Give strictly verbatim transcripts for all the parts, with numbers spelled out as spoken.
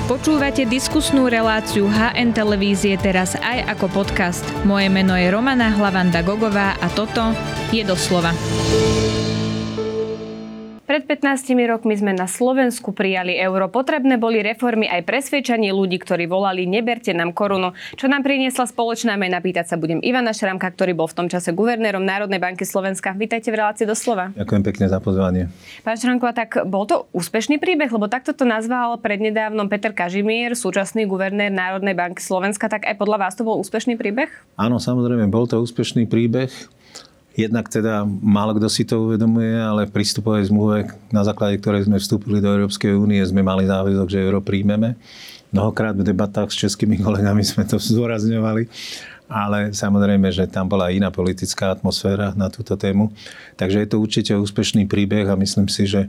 Počúvate diskusnú reláciu há en televízie teraz aj ako podcast. Moje meno je Romana Hlavanda-Gogová a toto je Doslova. Pred pätnástimi rokmi sme na Slovensku prijali euro. Potrebné boli reformy aj presvedčanie ľudí, ktorí volali neberte nám korunu. Čo nám priniesla spoločná mena? Pýtať sa budem Ivana Šramka, ktorý bol v tom čase guvernérom Národnej banky Slovenska. Vítajte v relácii Doslova. Ďakujem pekne za pozvanie. Pán Šramko, tak bol to úspešný príbeh, lebo takto to nazval prednedávnom Peter Kažimír, súčasný guvernér Národnej banky Slovenska. Tak aj podľa vás to bol úspešný príbeh? Áno, samozrejme, bol to úspešný príbeh. Jednak teda málo kto si to uvedomuje, ale v prístupovej zmluve, na základe ktorej sme vstúpili do Európskej únie, sme mali záväzok, že euro príjmeme. Mnohokrát v debatách s českými kolegami sme to zdôrazňovali, ale samozrejme, že tam bola iná politická atmosféra na túto tému. Takže je to určite úspešný príbeh a myslím si, že,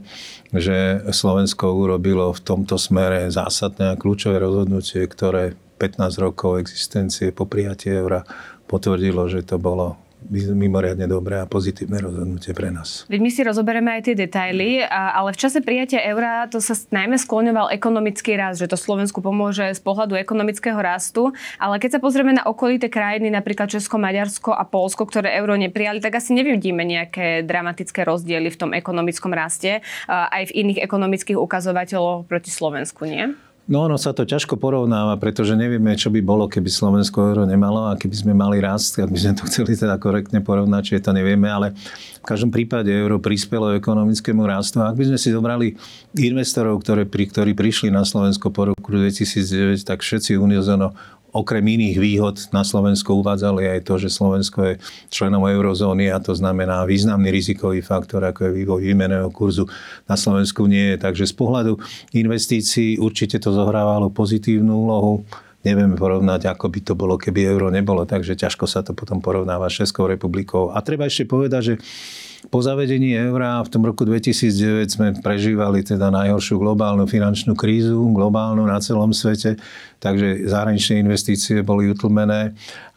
že Slovensko urobilo v tomto smere zásadné a kľúčové rozhodnutie, ktoré pätnásť rokov existencie po prijatí eura potvrdilo, že to bolo mimoriadne dobré a pozitívne rozhodnutie pre nás. Veď my si rozoberieme aj tie detaily, ale v čase prijatia eura to sa najmä skloňoval ekonomický rast, že to Slovensku pomôže z pohľadu ekonomického rastu, ale keď sa pozrieme na okolité krajiny, napríklad Česko, Maďarsko a Poľsko, ktoré euro neprijali, tak asi nevidíme nejaké dramatické rozdiely v tom ekonomickom raste, aj v iných ekonomických ukazovateľoch proti Slovensku, nie? No, ono sa to ťažko porovnáva, pretože nevieme, čo by bolo, keby Slovensko euro nemalo a keby sme mali rast, ak by sme to chceli teda korektne porovnať, či to nevieme, ale v každom prípade euro prispelo ekonomickému rastu. A ak by sme si zobrali investorov, ktoré, pri, ktorí prišli na Slovensko po roku dvetisícdeväť, tak všetci unizono okrem iných výhod na Slovensko uvádzali aj to, že Slovensko je členom eurozóny a to znamená významný rizikový faktor, ako je vývoj výmenného kurzu na Slovensku nie je. Takže z pohľadu investícií určite to zohrávalo pozitívnu úlohu. Nevieme porovnať, ako by to bolo, keby euro nebolo, takže ťažko sa to potom porovnáva s Českou republikou. A treba ešte povedať, že po zavedení eura v tom roku dvetisícdeväť sme prežívali teda najhoršiu globálnu finančnú krízu, globálnu na celom svete, takže zahraničné investície boli utlmené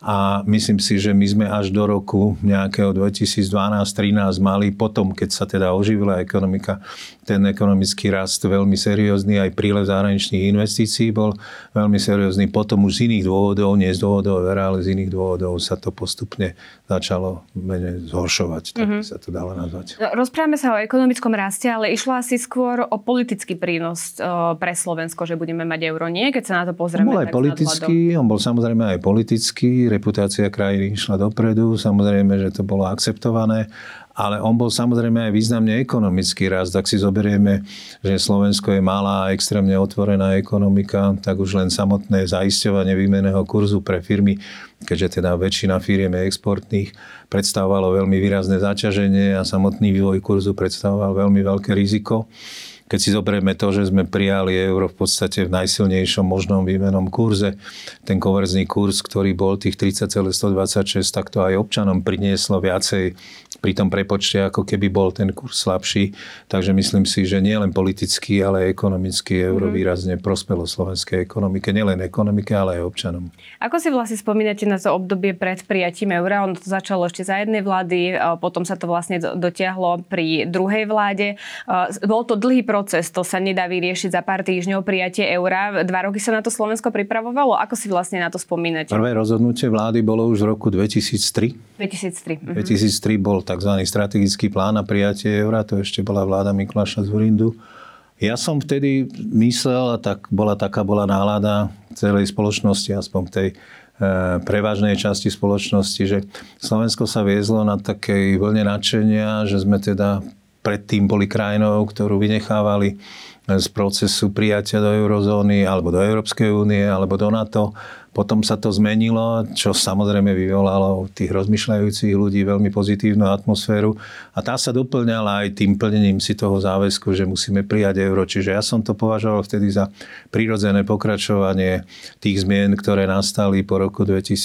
a myslím si, že my sme až do roku nejakého dvetisícdvanásť trinásť mali potom, keď sa teda oživila ekonomika, ten ekonomický rast veľmi seriózny, aj prílev zahraničných investícií bol veľmi seriózny. Potom už z iných dôvodov, nie z dôvodov eura, ale z iných dôvodov sa to postupne začalo menej zhoršovať, tak by sa to dalo nazvať. Rozprávame sa o ekonomickom raste, ale išlo asi skôr o politický prínos pre Slovensko, že budeme mať euro, nie? Keď sa na to pozrieme. On bol aj politický, on bol samozrejme aj politický, reputácia krajiny išla dopredu, samozrejme, že to bolo akceptované, ale on bol samozrejme aj významne ekonomický rast. Ak si zoberieme, že Slovensko je malá a extrémne otvorená ekonomika, tak už len samotné zaisťovanie výmenného kurzu pre firmy, keďže teda väčšina firiem je exportných, predstavovalo veľmi výrazné zaťaženie a samotný vývoj kurzu predstavoval veľmi veľké riziko. Keď si zoberieme to, že sme prijali euro v podstate v najsilnejšom možnom výmennom kurze, ten konverzný kurz, ktorý bol tých tridsať celá stodvadsaťšesť, tak to aj občanom prinieslo viacej pri tom prepočte, ako keby bol ten kurz slabší. Takže myslím si, že nie len politicky, ale aj ekonomicky euro mm. výrazne prospelo slovenskej ekonomike. Nielen ekonomike, ale aj občanom. Ako si vlastne spomínate na to obdobie pred prijatím eura? Ono to začalo ešte za jednej vlády, potom sa to vlastne dotiahlo pri druhej vláde. Bol to dlhý proces, to sa nedá vyriešiť za pár týždňov prijatie eura. Dva roky sa na to Slovensko pripravovalo. Ako si vlastne na to spomínate? Prvé rozhodnutie vlády bolo už v roku dvetisíctri. dvetisíctri. Mhm. dvetisíctri bol tzv. Strategický plán na prijatie eura. To ešte bola vláda Mikuláša Dzurindu. Ja som vtedy myslel, a tak bola, taká bola nálada celej spoločnosti, aspoň v tej e, prevažnej časti spoločnosti, že Slovensko sa viezlo na takej vlne nadšenia, že sme teda predtým boli krajinou, ktorú vynechávali z procesu prijatia do eurozóny alebo do Európskej únie alebo do NATO. Potom sa to zmenilo, čo samozrejme vyvolalo tých rozmýšľajúcich ľudí veľmi pozitívnu atmosféru. A tá sa doplňala aj tým plnením si toho záväzku, že musíme prijať euro. Čiže ja som to považoval vtedy za prirodzené pokračovanie tých zmien, ktoré nastali po roku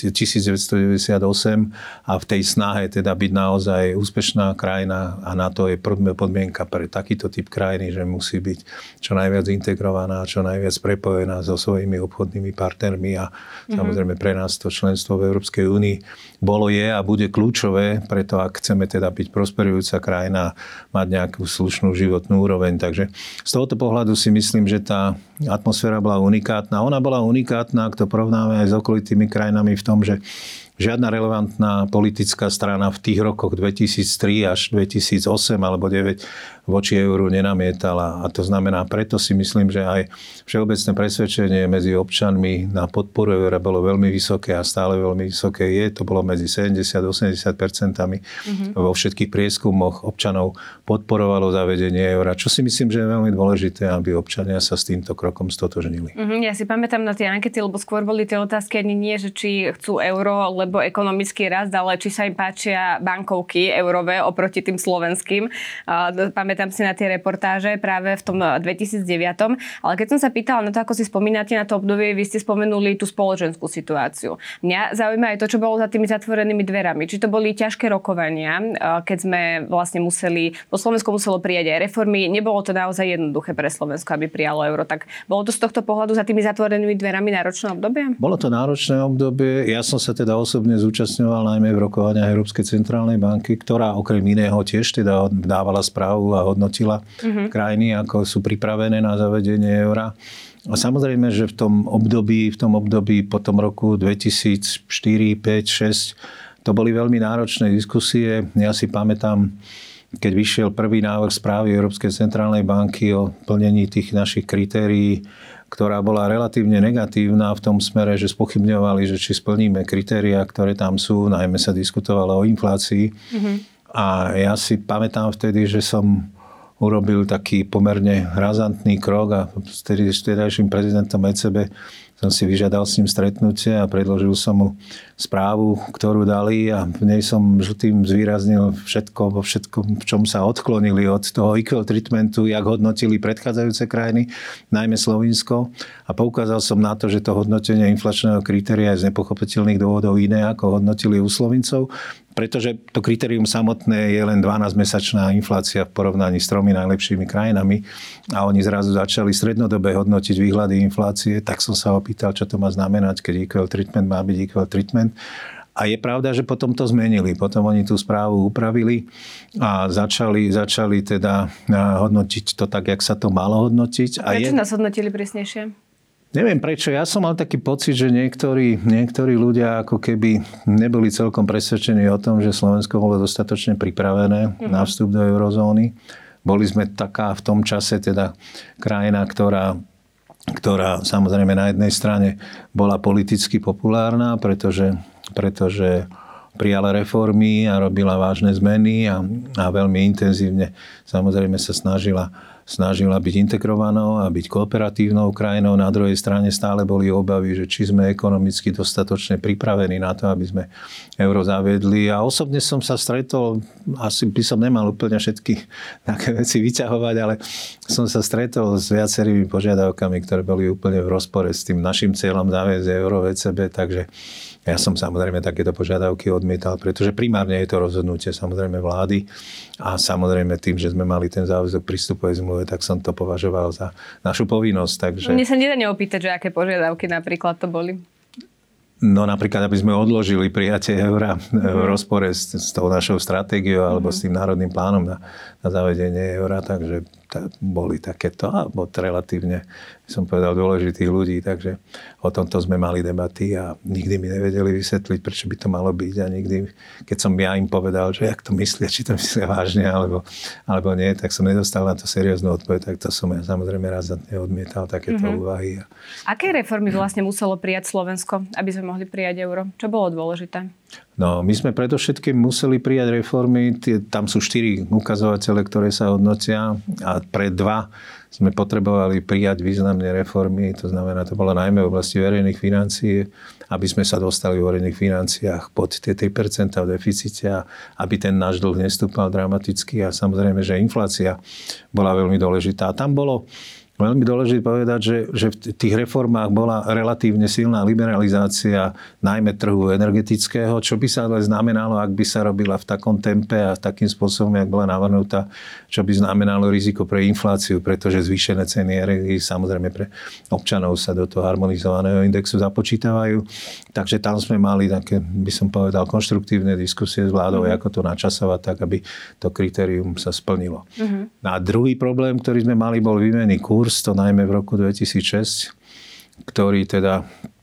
devätnásťstodeväťdesiatosem a v tej snahe teda byť naozaj úspešná krajina a na to je podmienka pre takýto typ krajiny, že musí byť čo najviac integrovaná, čo najviac prepojená so svojimi obchodnými partnermi a Mm-hmm. Samozrejme pre nás to členstvo v Európskej únii bolo, je a bude kľúčové, preto ak chceme teda byť prosperujúca krajina, mať nejakú slušnú životnú úroveň. Takže z tohoto pohľadu si myslím, že tá atmosféra bola unikátna. Ona bola unikátna, ak to porovnáme aj s okolitými krajinami v tom, že žiadna relevantná politická strana v tých rokoch dvetisíctri až dvetisícosem alebo deväť voči euru nenamietala. A to znamená, preto si myslím, že aj všeobecné presvedčenie medzi občanmi na podporu eura bolo veľmi vysoké a stále veľmi vysoké je. To bolo medzi sedemdesiat až osemdesiat percentami. Mm-hmm. Vo všetkých prieskumoch občanov podporovalo zavedenie eura. Čo si myslím, že je veľmi dôležité, aby občania sa s týmto krokom stotožnili. Mm-hmm. Ja si pamätám na tie ankety, lebo skôr boli tie otázky ani nie, že či chcú euro, lebo ekonomický rast, ale či sa im páčia bankovky eurové oproti tým slovenským. Pamätám si na tie reportáže práve v tom dvetisícdeväť. Ale keď som sa pýtala na to, ako si spomínate na to obdobie, vy ste spomenuli tú spoločenskú situáciu. Mňa zaujíma aj to, čo bolo za tými zatvorenými dverami. Či to boli ťažké rokovania, keď sme vlastne museli, po Slovensku muselo prijať aj reformy. Nebolo to naozaj jednoduché pre Slovensko, aby prijalo euro. Tak bolo to z tohto pohľadu za tými zatvorenými dverami náročné obdobie? Bolo to náročné obdobie. Ja som sa teda osobne zúčastňoval najmä v rokovaniach Európskej centrálnej banky, ktorá okrem iného tiež teda dávala správu a hodnotila mm-hmm. krajiny, ako sú pripravené na zavedenie eura. A samozrejme, že v tom období, v tom období po tom roku dvetisícštyri, päť, šesť to boli veľmi náročné diskusie. Ja si pamätám, keď vyšiel prvý návrh správy Európskej centrálnej banky o plnení tých našich kritérií, ktorá bola relatívne negatívna v tom smere, že spochybňovali, že či splníme kritériá, ktoré tam sú. Najmä sa diskutovalo o inflácii. Mm-hmm. A ja si pamätám vtedy, že som urobil taký pomerne razantný krok a s vtedajším prezidentom é cé bé som si vyžiadal s ním stretnutie a predložil som mu správu, ktorú dali a v nej som žltým zvýraznil všetko, vo všetkom, v čom sa odklonili od toho equal treatmentu, jak hodnotili predchádzajúce krajiny, najmä Slovinsko. A poukázal som na to, že to hodnotenie inflačného kritéria je z nepochopiteľných dôvodov iné, ako hodnotili u Slovincov, pretože to kritérium samotné je len dvanásťmesačná inflácia v porovnaní s tromi najlepšími krajinami a oni zrazu začali strednodobé hodnotiť výhľady inflácie, tak som sa opýtal, čo to má znamenať, keď equal treatment má byť equal treatment. A je pravda, že potom to zmenili. Potom oni tú správu upravili a začali, začali teda hodnotiť to tak, jak sa to malo hodnotiť. A prečo je... nás hodnotili presnejšie? Neviem prečo. Ja som mal taký pocit, že niektorí, niektorí ľudia ako keby neboli celkom presvedčení o tom, že Slovensko bolo dostatočne pripravené mm-hmm. na vstup do eurozóny. Boli sme taká v tom čase teda krajina, ktorá ktorá samozrejme na jednej strane bola politicky populárna, pretože, pretože prijala reformy a robila vážne zmeny a, a veľmi intenzívne samozrejme sa snažila snažila byť integrovanou a byť kooperatívnou krajinou. Na druhej strane stále boli obavy, že či sme ekonomicky dostatočne pripravení na to, aby sme euro zaviedli. A osobne som sa stretol, asi by som nemal úplne všetky také veci vyťahovať, ale som sa stretol s viacerými požiadavkami, ktoré boli úplne v rozpore s tým našim cieľom zaviesť euro v é cé bé, takže ja som samozrejme takéto požiadavky odmietal, pretože primárne je to rozhodnutie samozrejme vlády a samozrejme tým, že sme mali ten záväzok prístupovej zmluve, tak som to považoval za našu povinnosť. Takže... Mne sa nedá neopýtať, že aké požiadavky napríklad to boli. No napríklad, aby sme odložili prijatie eura v rozpore s, s tou našou stratégiou alebo mm-hmm. s tým národným plánom na, na zavedenie eura, takže tá, boli takéto, alebo relatívne, som povedal, dôležitých ľudí, takže o tomto sme mali debaty a nikdy mi nevedeli vysvetliť, prečo by to malo byť a nikdy, keď som ja im povedal, že jak to myslia, či to myslia vážne alebo, alebo nie, tak som nedostal na to serióznu odpoveď, tak to som ja samozrejme razantne odmietal takéto mm-hmm. úvahy. Aké reformy vlastne muselo prijať Slovensko, aby sme mohli prijať euro? Čo bolo dôležité? No, my sme predovšetkým museli prijať reformy. Tam sú štyri ukazovatele, ktoré sa hodnotia a pre dva sme potrebovali prijať významné reformy. To znamená, to bolo najmä v oblasti verejných financií, aby sme sa dostali v verejných financiách pod tie tri percentá v deficite a aby ten náš dlh nestúpal dramaticky. A samozrejme, že inflácia bola veľmi dôležitá. A tam bolo Veľmi dôležité povedať, že, že v tých reformách bola relatívne silná liberalizácia najmä trhu energetického, čo by sa ale znamenalo, ak by sa robila v takom tempe a takým spôsobom, jak bola navrhnutá, čo by znamenalo riziko pre infláciu, pretože zvýšené ceny energií samozrejme pre občanov sa do toho harmonizovaného indexu započítavajú. Takže tam sme mali také, by som povedal, konštruktívne diskusie s vládou, mm. ako to načasovať tak, aby to kritérium sa splnilo. Mm-hmm. A druhý problém, ktorý sme mali, bol výmenný kurz, to najmä v roku dvetisícšesť, ktorý teda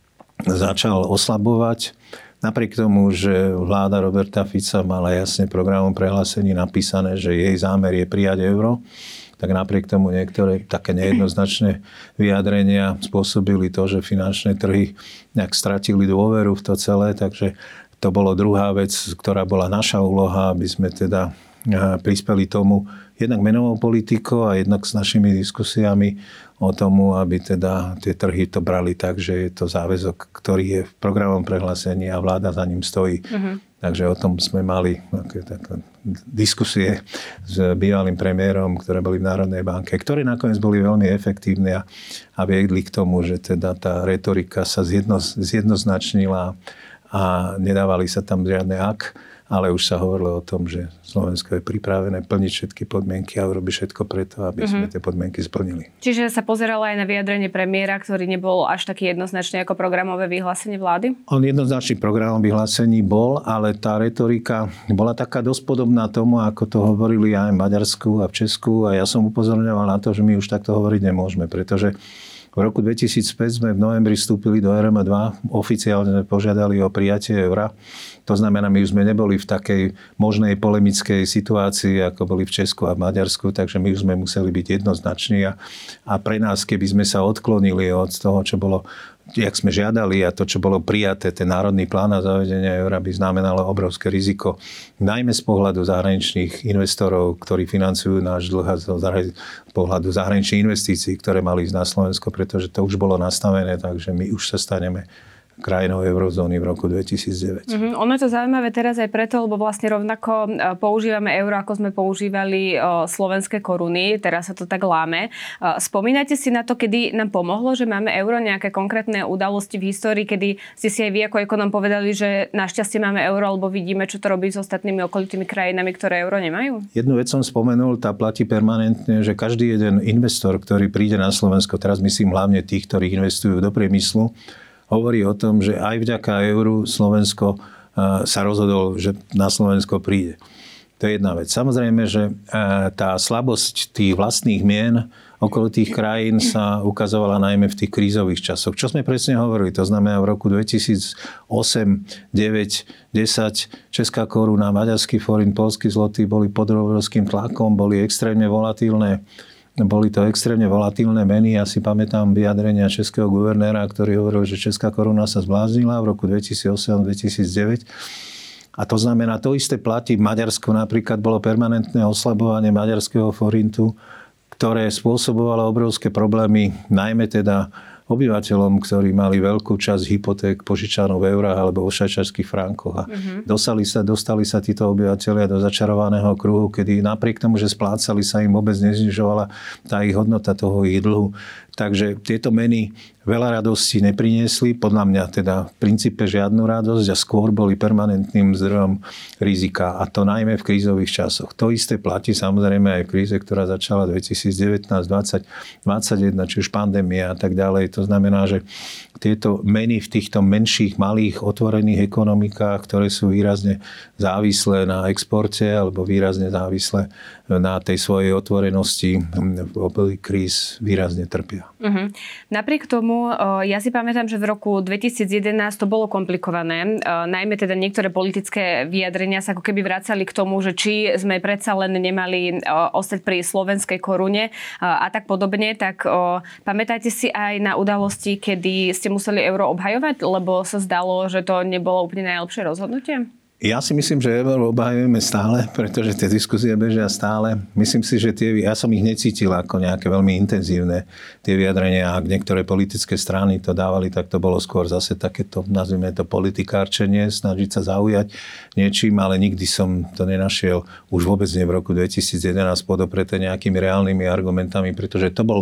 začal oslabovať. Napriek tomu, že vláda Roberta Fica mala jasne v programom prehlásení napísané, že jej zámer je prijať euro, tak napriek tomu niektoré také nejednoznačné vyjadrenia spôsobili to, že finančné trhy nejak stratili dôveru v to celé, takže to bolo druhá vec, ktorá bola naša úloha, aby sme teda prispeli tomu jednak menovou politikou a jednak s našimi diskusiami o tomu, aby teda tie trhy to brali tak, že je to záväzok, ktorý je v programovom prehlásení a vláda za ním stojí. Uh-huh. Takže o tom sme mali také, také diskusie s bývalým premiérom, ktoré boli v Národnej banke, ktoré nakoniec boli veľmi efektívne a, a viedli k tomu, že teda tá retorika sa zjedno, zjednoznačnila a nedávali sa tam žiadne ak, ale už sa hovorilo o tom, že Slovensko je pripravené plniť všetky podmienky a urobiť všetko preto, aby sme mm-hmm. tie podmienky splnili. Čiže sa pozerala aj na vyjadrenie premiéra, ktorý nebol až taký jednoznačný ako programové vyhlásenie vlády? On jednoznačný programom vyhlásení bol, ale tá retorika bola taká dosť podobná tomu, ako to hovorili aj v Maďarsku a v Česku. A ja som upozorňoval na to, že my už takto hovoriť nemôžeme, pretože v roku dvetisícpäť sme v novembri vstúpili do er em dva, oficiálne sme požiadali o prijatie eura. To znamená, my už sme neboli v takej možnej polemickej situácii, ako boli v Česku a v Maďarsku, takže my už sme museli byť jednoznační a, a pre nás, keby sme sa odklonili od toho, čo bolo, jak sme žiadali a to, čo bolo prijaté, ten národný plán na zavedenie eura by znamenalo obrovské riziko, najmä z pohľadu zahraničných investorov, ktorí financujú náš dlh a z pohľadu zahraničných investícií, ktoré mali ísť na Slovensko, pretože to už bolo nastavené, takže my už sa staneme krajinou eurozóny v roku dvetisícdeväť. Mm-hmm. Ono je to zaujímavé teraz aj preto, lebo vlastne rovnako používame euro, ako sme používali o, slovenské koruny. Teraz sa to tak láme. O, spomínate si na to, kedy nám pomohlo, že máme euro, nejaké konkrétne udalosti v histórii, kedy ste si aj vy ako ekonom povedali, že našťastie máme euro, alebo vidíme, čo to robí s ostatnými okolitými krajinami, ktoré euro nemajú? Jednu vec som spomenul, tá platí permanentne, že každý jeden investor, ktorý príde na Slovensko, teraz myslím hlavne tých, ktorí investujú do priemyslu, hovorí o tom, že aj vďaka euru Slovensko sa rozhodol, že na Slovensko príde. To je jedna vec. Samozrejme, že tá slabosť tých vlastných mien okolo tých krajín sa ukazovala najmä v tých krízových časoch. Čo sme presne hovorili? To znamená v roku dvetisícosem, deväť, desať česká koruna, maďarský forint, poľský zlotý boli pod obrovským tlakom, boli extrémne volatilné. Boli to extrémne volatilné meny. Ja si pamätám vyjadrenia českého guvernéra, ktorý hovoril, že česká koruna sa zbláznila v roku dvetisícosem dvetisícdeväť. A to znamená, to isté platí v Maďarsku. Napríklad bolo permanentné oslabovanie maďarského forintu, ktoré spôsobovalo obrovské problémy, najmä teda obyvateľom, ktorí mali veľkú časť hypoték požičanú v eurách alebo vo švajčiarskych frankoch. A mm-hmm. dostali sa, dostali sa títo obyvateľia do začarovaného kruhu, kedy napriek tomu, že splácali, sa im vôbec neznižovala tá ich hodnota toho ich dlhu. Takže tieto meny veľa radosti nepriniesli, podľa mňa teda v princípe žiadnu radosť a skôr boli permanentným zdrojom rizika, a to najmä v krízových časoch. To isté platí samozrejme aj v kríze, ktorá začala dvetisícdevätnásť, dvadsať, dvadsaťjeden, či už pandémia a tak ďalej. To znamená, že tieto meny v týchto menších, malých, otvorených ekonomikách, ktoré sú výrazne závislé na exporte alebo výrazne závislé na tej svojej otvorenosti, v období kríz výrazne trpia. Uh-huh. Napriek tomu, ja si pamätám, že v roku dvetisícjedenásť to bolo komplikované. Najmä teda niektoré politické vyjadrenia sa ako keby vracali k tomu, že či sme predsa len nemali ostať pri slovenskej korune a tak podobne. Tak pamätáte si aj na udalosti, kedy ste museli euro obhajovať, lebo sa zdalo, že to nebolo úplne najlepšie rozhodnutie? Ja si myslím, že euro obhajujeme stále, pretože tie diskusie bežia stále. Myslím si, že tie, ja som ich necítil ako nejaké veľmi intenzívne tie vyjadrenia. Ak niektoré politické strany to dávali, tak to bolo skôr zase takéto, nazvime to politikárčenie, snažiť sa zaujať niečím, ale nikdy som to nenašiel už vôbec nie v roku dvetisícjedenásť podopreté nejakými reálnymi argumentami, pretože to bol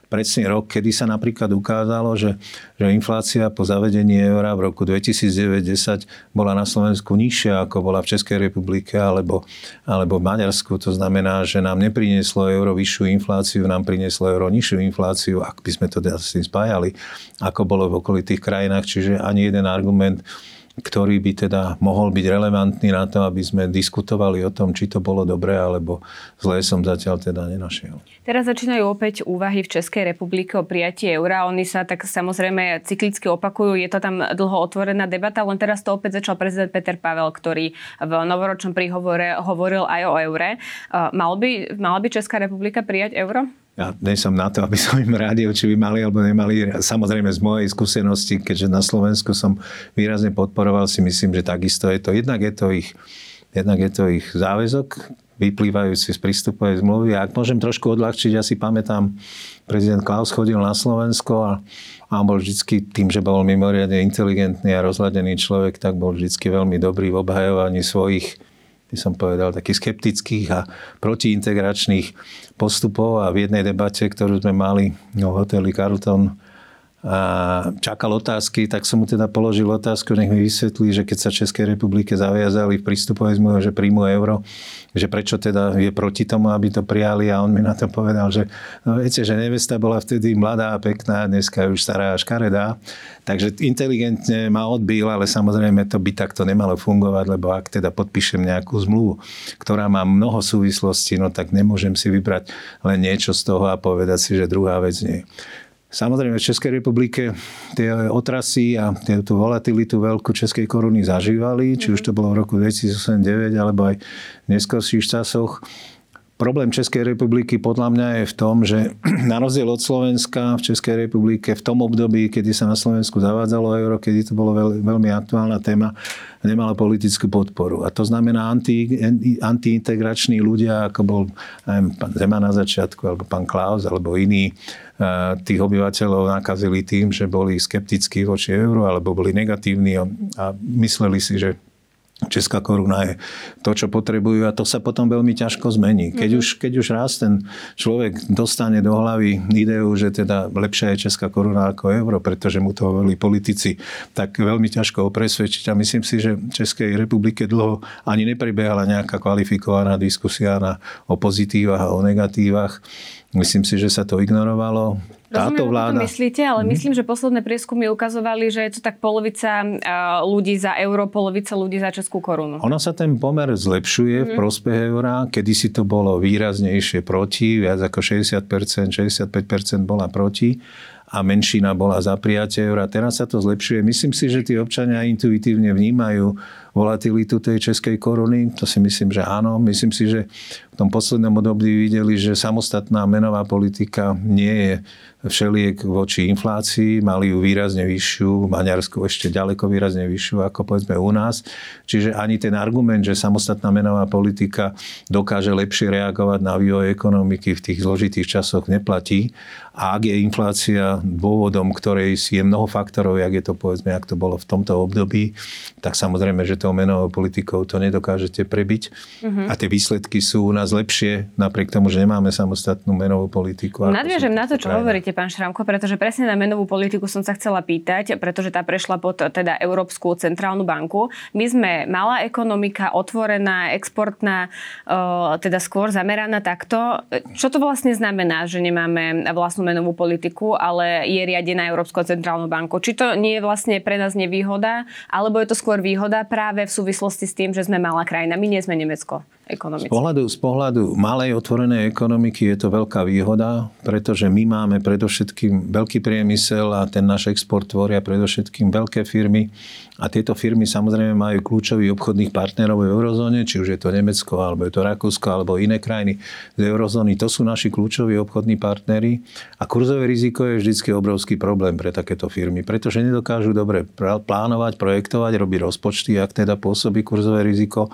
presne rok, kedy sa napríklad ukázalo, že, že inflácia po zavedení eura v roku dvetisícdeväť desať bola na Slovensku nižšia, ako bola v Českej republike alebo, alebo v Maďarsku. To znamená, že nám neprinieslo euro vyššiu infláciu, nám prinieslo euro nižšiu infláciu, ak by sme to s tým spájali, ako bolo v okolitých krajinách. Čiže ani jeden argument, ktorý by teda mohol byť relevantný na to, aby sme diskutovali o tom, či to bolo dobré alebo zlé, som zatiaľ teda nenašiel. Teraz začínajú opäť úvahy v Českej republike o prijatí eura. Oni sa tak samozrejme cyklicky opakujú. Je to tam dlho otvorená debata, len teraz to opäť začal prezident Peter Pavel, ktorý v novoročnom príhovore hovoril aj o eure. Mal by, mala by Česká republika prijať euro? Ja nie som na to, aby som im radil, či by mali alebo nemali. Samozrejme z mojej skúsenosti, keďže na Slovensku som výrazne podporoval, si myslím, že takisto je to. Jednak je to ich, jednak je to ich záväzok, vyplývajúci z prístupovej zmluvy. A ak môžem trošku odľahčiť, ja si pamätám, prezident Klaus chodil na Slovensko a, a bol vždycky tým, že bol mimoriadne inteligentný a rozhľadený človek, tak bol vždycky veľmi dobrý v obhajovaní svojich, by som povedal, takých skeptických a protiintegračných postupov. A v jednej debate, ktorú sme mali v hoteli Carlton, a čakal otázky, tak som mu teda položil otázku, nech mi vysvetlí, že keď sa Českej republike zaviazali v prístupovej zmluve, že príjmu euro, že prečo teda je proti tomu, aby to prijali, a on mi na to povedal, že no viete, že nevesta bola vtedy mladá a pekná, dneska je už stará a škaredá, takže inteligentne ma odbil, ale samozrejme to by takto nemalo fungovať, lebo ak teda podpíšem nejakú zmluvu, ktorá má mnoho súvislostí, no tak nemôžem si vybrať len niečo z toho a povedať si, že druhá vec nie. Samozrejme, v Českej republike tie otrasy a tú volatilitu veľkú českej koruny zažívali, či už to bolo v roku dvetisícosem deväť alebo aj v neskorších časoch. Problém Českej republiky podľa mňa je v tom, že na rozdiel od Slovenska v Českej republike v tom období, kedy sa na Slovensku zavádzalo euro, kedy to bolo veľ, veľmi aktuálna téma, nemala politickú podporu. A to znamená anti, antiintegrační ľudia, ako bol neviem, pán Zeman na začiatku, alebo pán Klaus, alebo iní, tých obyvateľov nakazili tým, že boli skeptickí voči euru, alebo boli negatívni a, a mysleli si, že česká koruna je to, čo potrebujú, a to sa potom veľmi ťažko zmení. Keď už, keď už raz ten človek dostane do hlavy ideu, že teda lepšia je česká koruna ako euro, pretože mu to hovorili politici, tak veľmi ťažko ho presvedčiť. A myslím si, že v Českej republike dlho ani neprebiehala nejaká kvalifikovaná diskusia na, o pozitívach a o negatívach. Myslím si, že sa to ignorovalo. Táto Rozumiem, vláda... to myslíte, ale mm. myslím, že posledné prieskumy ukazovali, že je to tak polovica ľudí za euro, polovica ľudí za českú korunu. Ono sa ten pomer zlepšuje mm. v prospech eura. Kedysi to bolo výraznejšie proti, viac ako šesťdesiat percent, šesťdesiatpäť percent bola proti a menšina bola za prijatie eura. Teraz sa to zlepšuje. Myslím si, že tí občania intuitívne vnímajú volatilitu tej českej koruny. To si myslím, že áno. Myslím si, že v tom poslednom období videli, že samostatná menová politika nie je všeliek voči inflácii. Mali ju výrazne vyššiu, v Maďarsku ešte ďaleko výrazne vyššiu, ako povedzme u nás. Čiže ani ten argument, že samostatná menová politika dokáže lepšie reagovať na vývoj ekonomiky v tých zložitých časoch, neplatí. A ak je inflácia dôvodom, ktorej je mnoho faktorov, jak je to povedzme, jak to bolo v tomto období, tak samozrejme, že tou menovou politikou to nedokážete prebiť. Uh-huh. A tie výsledky sú u nás lepšie, napriek tomu, že nemáme samostatnú menovú politiku. Nadviažem na to, čo krajina. Hovoríte, pán Šramko, pretože presne na menovú politiku som sa chcela pýtať, pretože tá prešla pod teda Európsku centrálnu banku. My sme malá ekonomika, otvorená, exportná, teda skôr zameraná takto. Čo to vlastne znamená, že nemáme vlastnú menovú politiku, ale je riadená Európskou centrálnou bankou? Či to nie je vlastne pre nás nevýhoda, alebo je to skôr výhoda práve v súvislosti s tým, že sme malá krajina? My nie sme Nemecko ekonomicky. Z pohľadu, z pohľadu malej otvorenej ekonomiky je to veľká výhoda, pretože my máme predovšetkým veľký priemysel a ten náš export tvoria predovšetkým veľké firmy. A tieto firmy samozrejme majú kľúčových obchodných partnerov v eurozóne, či už je to Nemecko, alebo je to Rakúsko, alebo iné krajiny z eurozóny. To sú naši kľúčoví obchodní partneri. A kurzové riziko je vždycky obrovský problém pre takéto firmy, pretože nedokážu dobre plánovať, projektovať, robiť rozpočty, ak teda pôsobí kurzové riziko.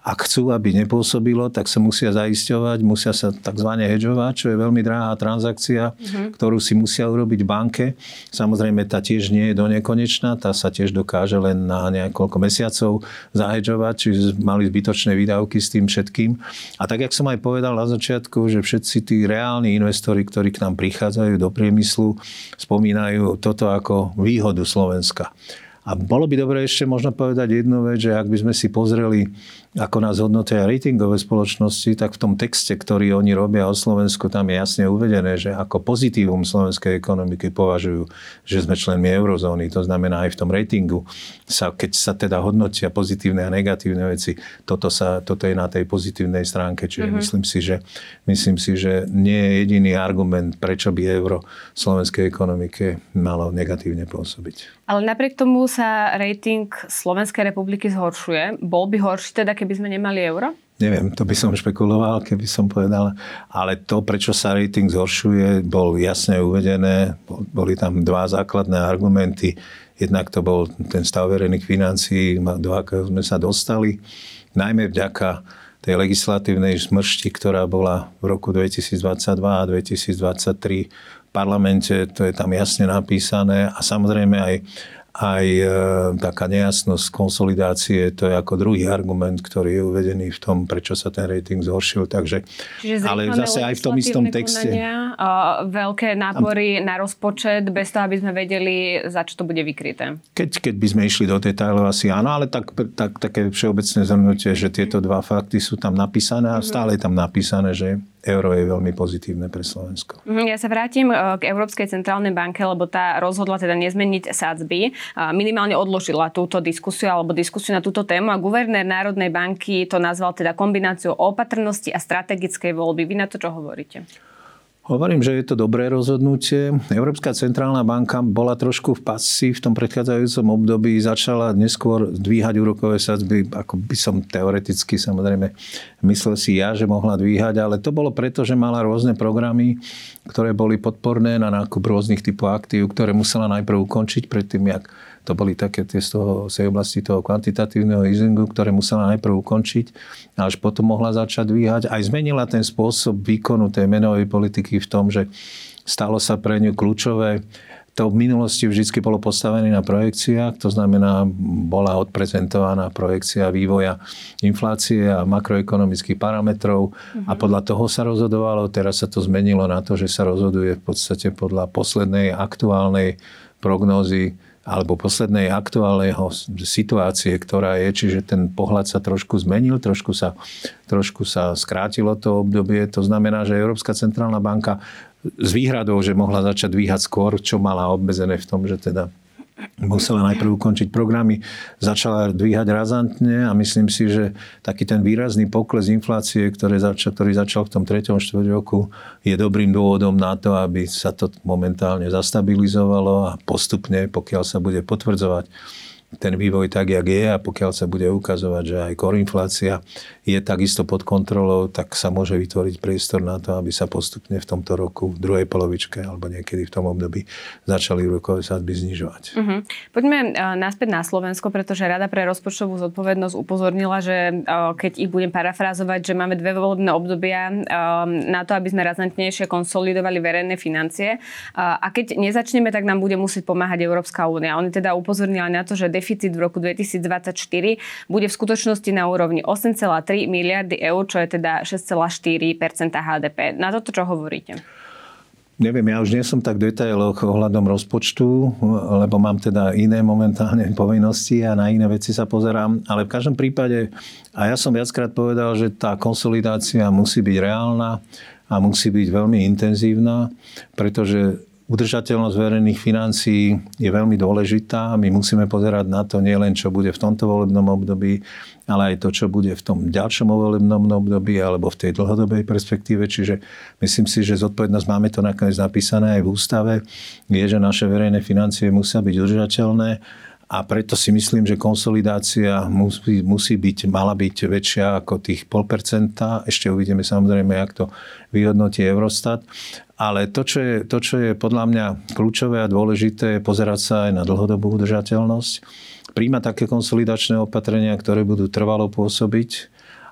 ak chcú, aby nepôsobilo, tak sa musia zaisťovať, musia sa takzvané hedžovať, čo je veľmi drahá transakcia, mm-hmm. ktorú si musia urobiť v banke. Samozrejme, tá tiež nie je do nekonečná, tá sa tiež dokáže len na niekoľko mesiacov zahedžovať, čiže mali zbytočné výdavky s tým všetkým. A tak, jak som aj povedal na začiatku, že všetci tí reálni investori, ktorí k nám prichádzajú do priemyslu, spomínajú toto ako výhodu Slovenska. A bolo by dobre ešte možno povedať jednu vec, že ak by sme si pozreli, ako nás hodnotia ratingové spoločnosti, tak v tom texte, ktorý oni robia o Slovensku, tam je jasne uvedené, že ako pozitívum slovenskej ekonomiky považujú, že sme členmi eurozóny. To znamená aj v tom ratingu, sa, keď sa teda hodnotia pozitívne a negatívne veci, toto, sa, toto je na tej pozitívnej stránke. Čiže mm-hmm. myslím si, že, myslím si, že nie je jediný argument, prečo by euro slovenskej ekonomike malo negatívne pôsobiť. Ale napriek tomu sa rating Slovenskej republiky zhoršuje. Bol by horší teda, keby sme nemali euro? Neviem, to by som špekuloval, keby som povedal. Ale to, prečo sa rating zhoršuje, bol jasne uvedené. Boli tam dva základné argumenty. Jednak to bol ten stav verejných financií, do akého sme sa dostali. Najmä vďaka tej legislatívnej smršti, ktorá bola v roku dvetisícdvadsaťdva a dvetisícdvadsaťtri v parlamente, to je tam jasne napísané. A samozrejme aj Aj e, taká nejasnosť konsolidácie, to je ako druhý argument, ktorý je uvedený v tom, prečo sa ten rating zhoršil. Takže, ale zase aj v tom istom texte. Konania, veľké nápory tam, na rozpočet, bez toho, aby sme vedeli, za čo to bude vykryté. Keď, keď by sme išli do detailov, asi áno, ale tak, tak, také všeobecné zhrnutie, že tieto dva fakty sú tam napísané a stále je tam napísané, že euro je veľmi pozitívne pre Slovensko. Ja sa vrátim k Európskej centrálnej banke, lebo tá rozhodla teda nezmeniť sadzby. Minimálne odložila túto diskusiu alebo diskusiu na túto tému a guvernér Národnej banky to nazval teda kombináciou opatrnosti a strategickej voľby. Vy na to čo hovoríte? Hovorím, že je to dobré rozhodnutie. Európska centrálna banka bola trošku v pasci v tom predchádzajúcom období. Začala neskôr dvíhať úrokové sadzby, ako by som teoreticky samozrejme myslel si ja, že mohla dvíhať, ale to bolo preto, že mala rôzne programy, ktoré boli podporné na nákup rôznych typov aktív, ktoré musela najprv ukončiť predtým, jak to boli také tie z toho, z tej oblasti toho kvantitatívneho easingu, ktoré musela najprv ukončiť a až potom mohla začať dvíhať. Aj zmenila ten spôsob výkonu tej menovej politiky v tom, že stalo sa pre ňu kľúčové. To v minulosti vždy bolo postavené na projekciách, to znamená, bola odprezentovaná projekcia vývoja inflácie a makroekonomických parametrov mm-hmm. a podľa toho sa rozhodovalo. Teraz sa to zmenilo na to, že sa rozhoduje v podstate podľa poslednej aktuálnej prognózy alebo poslednej aktuálneho situácie, ktorá je, čiže ten pohľad sa trošku zmenil, trošku sa, trošku sa skrátilo to obdobie. To znamená, že Európska centrálna banka s výhradou, že mohla začať dvíhať skôr, čo mala obmedzené v tom, že teda musela najprv ukončiť programy, začala dvíhať razantne a myslím si, že taký ten výrazný pokles inflácie, ktorý začal, ktorý začal v tom treťom štvrť roku, je dobrým dôvodom na to, aby sa to momentálne zastabilizovalo a postupne, pokiaľ sa bude potvrdzovať ten vývoj tak, jak je a pokiaľ sa bude ukazovať, že aj korinflácia je takisto pod kontrolou, tak sa môže vytvoriť priestor na to, aby sa postupne v tomto roku, v druhej polovičke alebo niekedy v tom období začali úrokové sadzby znižovať. Uh-huh. Poďme naspäť na Slovensko, pretože Rada pre rozpočtovú zodpovednosť upozornila, že keď ich budem parafrázovať, že máme dve volebné obdobia na to, aby sme razantnejšie konsolidovali verejné financie a keď nezačneme, tak nám bude musieť pomáhať Európska únia. Oni teda upozornili na to, že deficit v roku dvetisícdvadsaťštyri bude v skutočnosti na úrovni osem celá tri miliardy eur, čo je teda šesť celá štyri percenta há dé pé. Na toto čo hovoríte? Neviem, ja už nie som tak v detailoch ohľadom rozpočtu, lebo mám teda iné momentálne povinnosti a na iné veci sa pozerám. Ale v každom prípade, a ja som viackrát povedal, že tá konsolidácia musí byť reálna a musí byť veľmi intenzívna, pretože udržateľnosť verejných financií je veľmi dôležitá. My musíme pozerať na to nielen, čo bude v tomto volebnom období, ale aj to, čo bude v tom ďalšom volebnom období alebo v tej dlhodobej perspektíve. Čiže myslím si, že zodpovednosť, máme to nakoniec napísané aj v ústave, je, že naše verejné financie musia byť udržateľné. A preto si myslím, že konsolidácia musí, musí byť, mala byť väčšia ako tých nula celá päť percenta. Ešte uvidíme samozrejme, jak to vyhodnotí Eurostat. Ale to čo, je, to, čo je podľa mňa kľúčové a dôležité, je pozerať sa aj na dlhodobú udržateľnosť. Príjmať také konsolidačné opatrenia, ktoré budú trvalo pôsobiť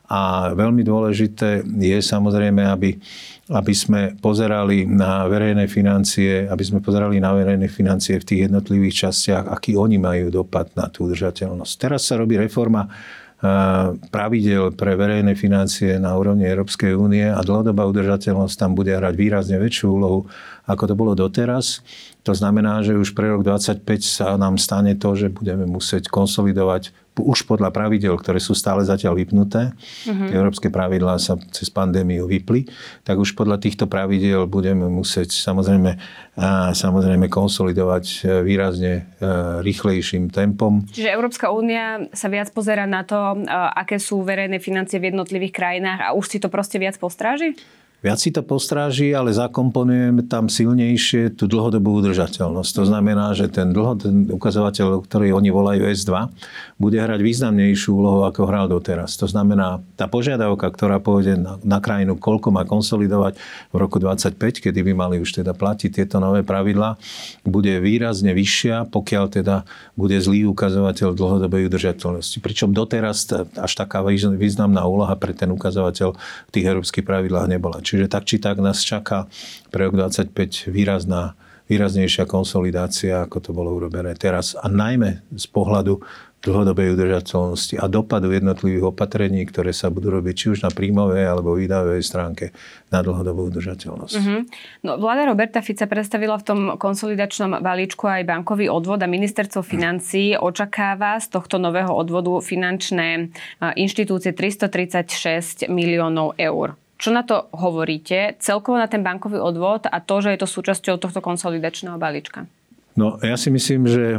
A veľmi dôležité je samozrejme, aby, aby sme pozerali na verejné financie, aby sme pozerali na verejné financie v tých jednotlivých častiach, aký oni majú dopad na tú udržateľnosť. Teraz sa robí reforma pravidel pre verejné financie na úrovni Európskej únie a dlhodobá udržateľnosť tam bude hrať výrazne väčšiu úlohu, ako to bolo doteraz. To znamená, že už pre rok dvadsaťpäť sa nám stane to, že budeme musieť konsolidovať už podľa pravidel, ktoré sú stále zatiaľ vypnuté. Mm-hmm. Európske pravidlá sa cez pandémiu vypli. Tak už podľa týchto pravidel budeme musieť samozrejme, samozrejme konsolidovať výrazne rýchlejším tempom. Čiže Európska únia sa viac pozerá na to, aké sú verejné financie v jednotlivých krajinách a už si to proste viac postráži? Viac si to postráži, ale zakomponujeme tam silnejšie tú dlhodobú udržateľnosť. To znamená, že ten, dlho, ten ukazovateľ, ktorý oni volajú es dva, bude hrať významnejšiu úlohu, ako hral doteraz. To znamená, tá požiadavka, ktorá pôjde na, na krajinu, koľko má konsolidovať v roku dvadsaťpäť, kedy by mali už teda platiť tieto nové pravidlá, bude výrazne vyššia, pokiaľ teda bude zlý ukazovateľ dlhodobej udržateľnosti. Pričom doteraz až taká významná úloha pre ten ukazovateľ v tých európskych pravidlách nebola. Čiže tak či tak nás čaká pre rok dvadsaťpäť výrazná, výraznejšia konsolidácia, ako to bolo urobené teraz. A najmä z pohľadu dlhodobej udržateľnosti a dopadu jednotlivých opatrení, ktoré sa budú robiť či už na príjmovej alebo výdajovej stránke na dlhodobú udržateľnosť. Mm-hmm. No, vláda Roberta Fica predstavila v tom konsolidačnom balíčku aj bankový odvod a ministerstvo financií očakáva z tohto nového odvodu finančné inštitúcie tristotridsaťšesť miliónov eur. Čo na to hovoríte celkovo na ten bankový odvod a to, že je to súčasťou tohto konsolidačného balíčka? No, ja si myslím, že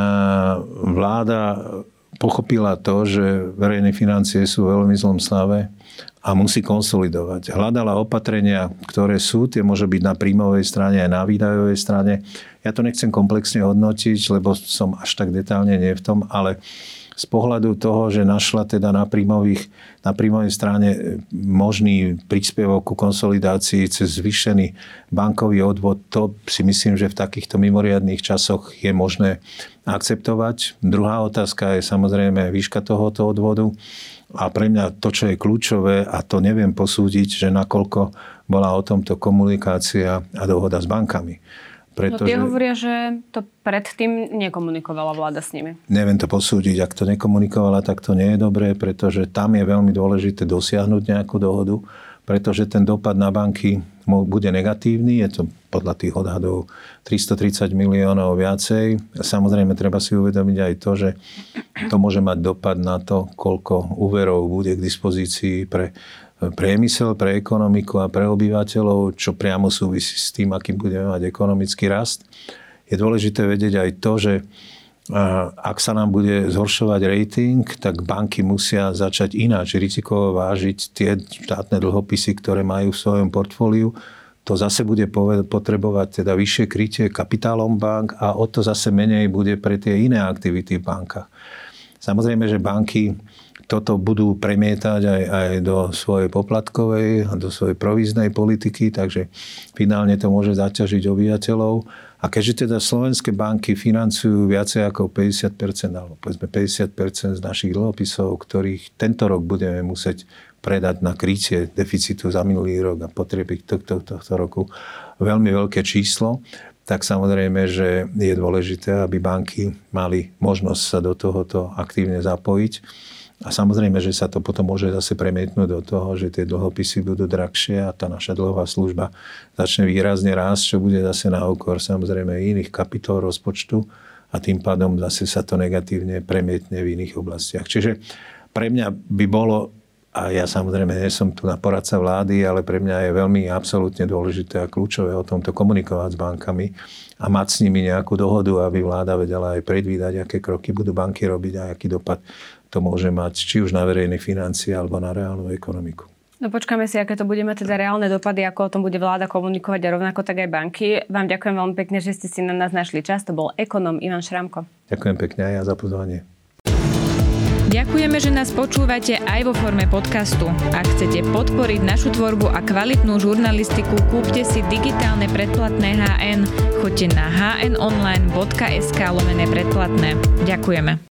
vláda pochopila to, že verejné financie sú v veľmi zlom stave a musí konsolidovať. Hľadala opatrenia, ktoré sú, tie môžu byť na príjmovej strane aj na výdajovej strane. Ja to nechcem komplexne hodnotiť, lebo som až tak detálne nie v tom, ale z pohľadu toho, že našla teda na príjmových, na príjmovej strane možný príspevok ku konsolidácii cez zvýšený bankový odvod, to si myslím, že v takýchto mimoriadnych časoch je možné akceptovať. Druhá otázka je samozrejme výška tohoto odvodu. A pre mňa to, čo je kľúčové, a to neviem posúdiť, že nakoľko bola o tomto komunikácia a dohoda s bankami. Pretože... No tie hovoria, že to predtým nekomunikovala vláda s nimi. Neviem to posúdiť. Ak to nekomunikovala, tak to nie je dobré, pretože tam je veľmi dôležité dosiahnuť nejakú dohodu, pretože ten dopad na banky bude negatívny. Je to podľa tých odhadov tristotridsať miliónov viacej. Samozrejme, treba si uvedomiť aj to, že to môže mať dopad na to, koľko úverov bude k dispozícii pre priemysel, pre ekonomiku a pre obyvateľov, čo priamo súvisí s tým, akým budeme mať ekonomický rast. Je dôležité vedieť aj to, že ak sa nám bude zhoršovať rating, tak banky musia začať ináč rizikovo vážiť tie štátne dlhopisy, ktoré majú v svojom portfóliu. To zase bude potrebovať teda vyššie krytie kapitálom bank a o to zase menej bude pre tie iné aktivity v bankách. Samozrejme, že banky toto budú premietať aj, aj do svojej poplatkovej a do svojej províznej politiky, takže finálne to môže zaťažiť obyvateľov. A keďže teda slovenské banky financujú viacej ako päťdesiat percent, alebo povedzme päťdesiat percent z našich dlhopisov, ktorých tento rok budeme musieť predať na krytie deficitu za minulý rok a potreby tohto, tohto roku, veľmi veľké číslo, tak samozrejme, že je dôležité, aby banky mali možnosť sa do tohoto aktívne zapojiť. A samozrejme, že sa to potom môže zase premietnúť do toho, že tie dlhopisy budú drahšie a tá naša dlhová služba začne výrazne rásť, čo bude zase na úkor samozrejme iných kapitol rozpočtu a tým pádom zase sa to negatívne premietne v iných oblastiach. Čiže pre mňa by bolo, a ja samozrejme nie som tu na poradca vlády, ale pre mňa je veľmi absolútne dôležité a kľúčové o tomto komunikovať s bankami a mať s nimi nejakú dohodu, aby vláda vedela aj predvídať, aké kroky budú banky robiť a aký dopad to môže mať, či už na verejné financie alebo na reálnu ekonomiku. No počkáme si, aké to bude mať teda reálne dopady, ako o tom bude vláda komunikovať a rovnako tak aj banky. Vám ďakujem veľmi pekne, že ste si na nás našli čas. To bol ekonóm Ivan Šramko. Ďakujem pekne aj ja za pozvanie. Ďakujeme, že nás počúvate aj vo forme podcastu. Ak chcete podporiť našu tvorbu a kvalitnú žurnalistiku, kúpte si digitálne predplatné há en. Choďte na hnonline bodka es ká lomeno predplatné. Ďakujeme.